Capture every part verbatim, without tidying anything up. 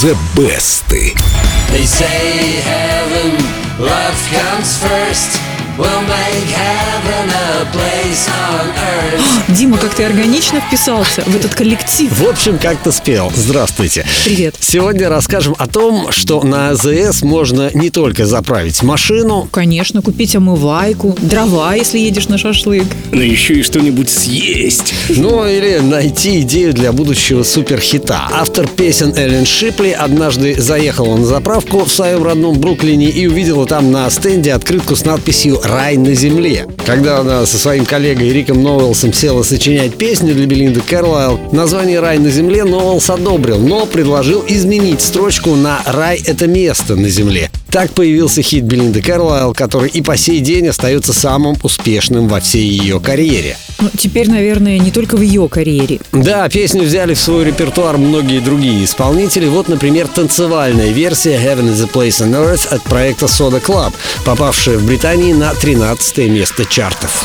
The Best. They say heaven, love comes first. We'll make heaven a place on earth. Дима, как ты органично вписался в этот коллектив. В общем, как-то спел. Здравствуйте. Привет. Сегодня расскажем о том, что на АЗС можно не только заправить машину. Конечно, купить омывайку, дрова, если едешь на шашлык. Но еще и что-нибудь съесть. Ну или найти идею для будущего суперхита. Автор песен Эллен Шипли однажды заехала на заправку в своем родном Бруклине и увидела там на стенде открытку с надписью «Рай на земле». Когда она со своим коллегой Риком Новелсом села сочинять песню для Белинды Карлайл, название «Рай на земле» Новелс одобрил, но предложил изменить строчку на «Рай — это место на земле». Так появился хит Белинды Карлайл, который и по сей день остается самым успешным во всей ее карьере. Ну, теперь, наверное, не только в ее карьере. Да, песню взяли в свой репертуар многие другие исполнители. Вот, например, танцевальная версия «Heaven is a place on Earth» от проекта Soda Club, попавшая в Британии на тринадцатое место чартов.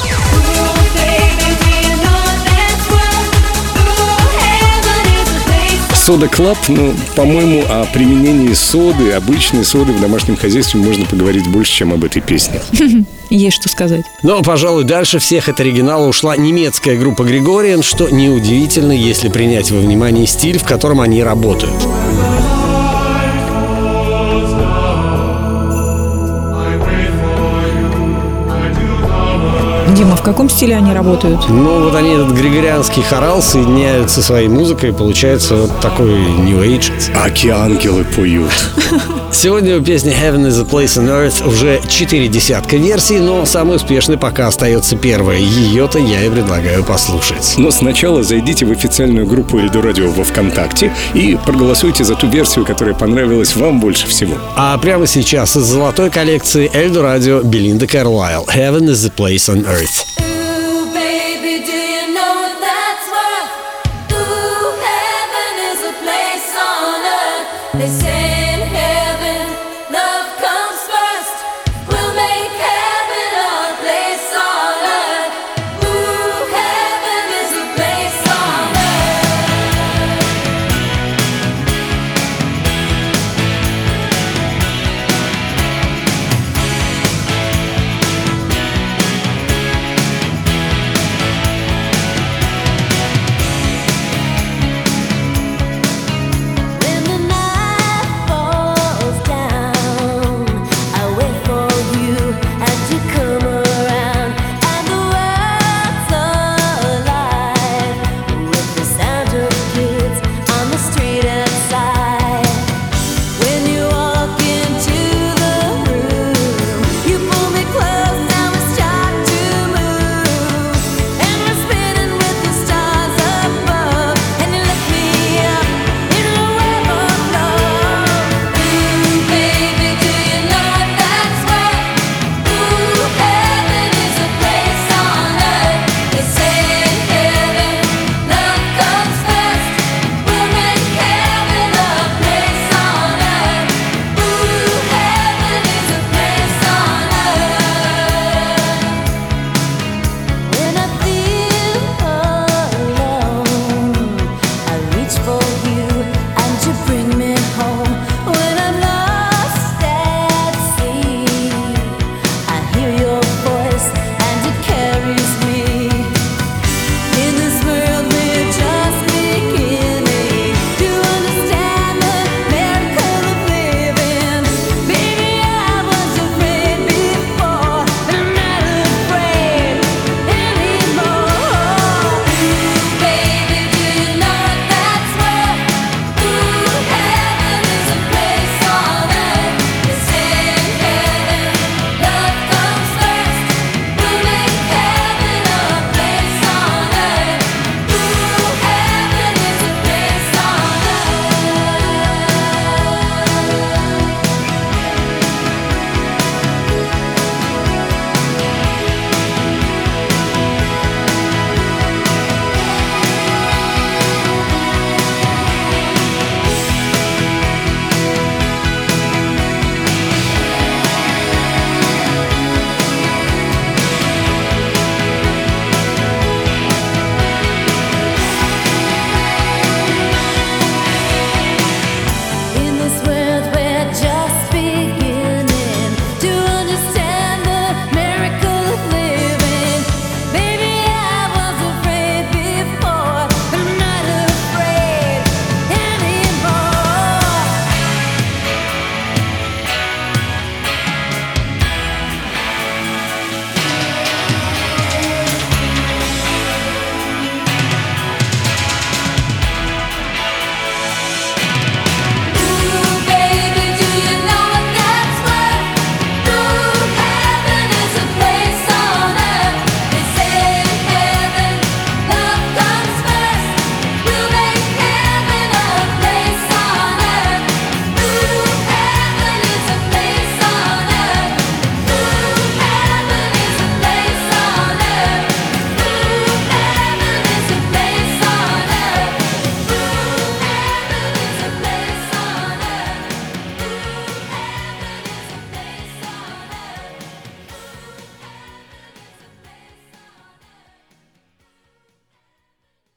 Soda Club, ну, по-моему, о применении соды, обычной соды в домашнем хозяйстве можно поговорить больше, чем об этой песне. Есть что сказать. Но, пожалуй, дальше всех от оригинала ушла немецкая группа Gregorian, что неудивительно, если принять во внимание стиль, в котором они работают. Дима, в каком стиле они работают? Ну, вот они этот григорианский хорал соединяют со своей музыкой, и получается вот такой New Age. Аки-ангелы поют. Сегодня у песни «Heaven is a place on Earth» уже четыре десятка версий, но самой успешной пока остается первая. Ее-то я и предлагаю послушать. Но сначала зайдите в официальную группу Эльдо Радио во ВКонтакте и проголосуйте за ту версию, которая понравилась вам больше всего. А прямо сейчас из золотой коллекции Эльдо Радио Белинда Карлайл «Heaven is a place on Earth».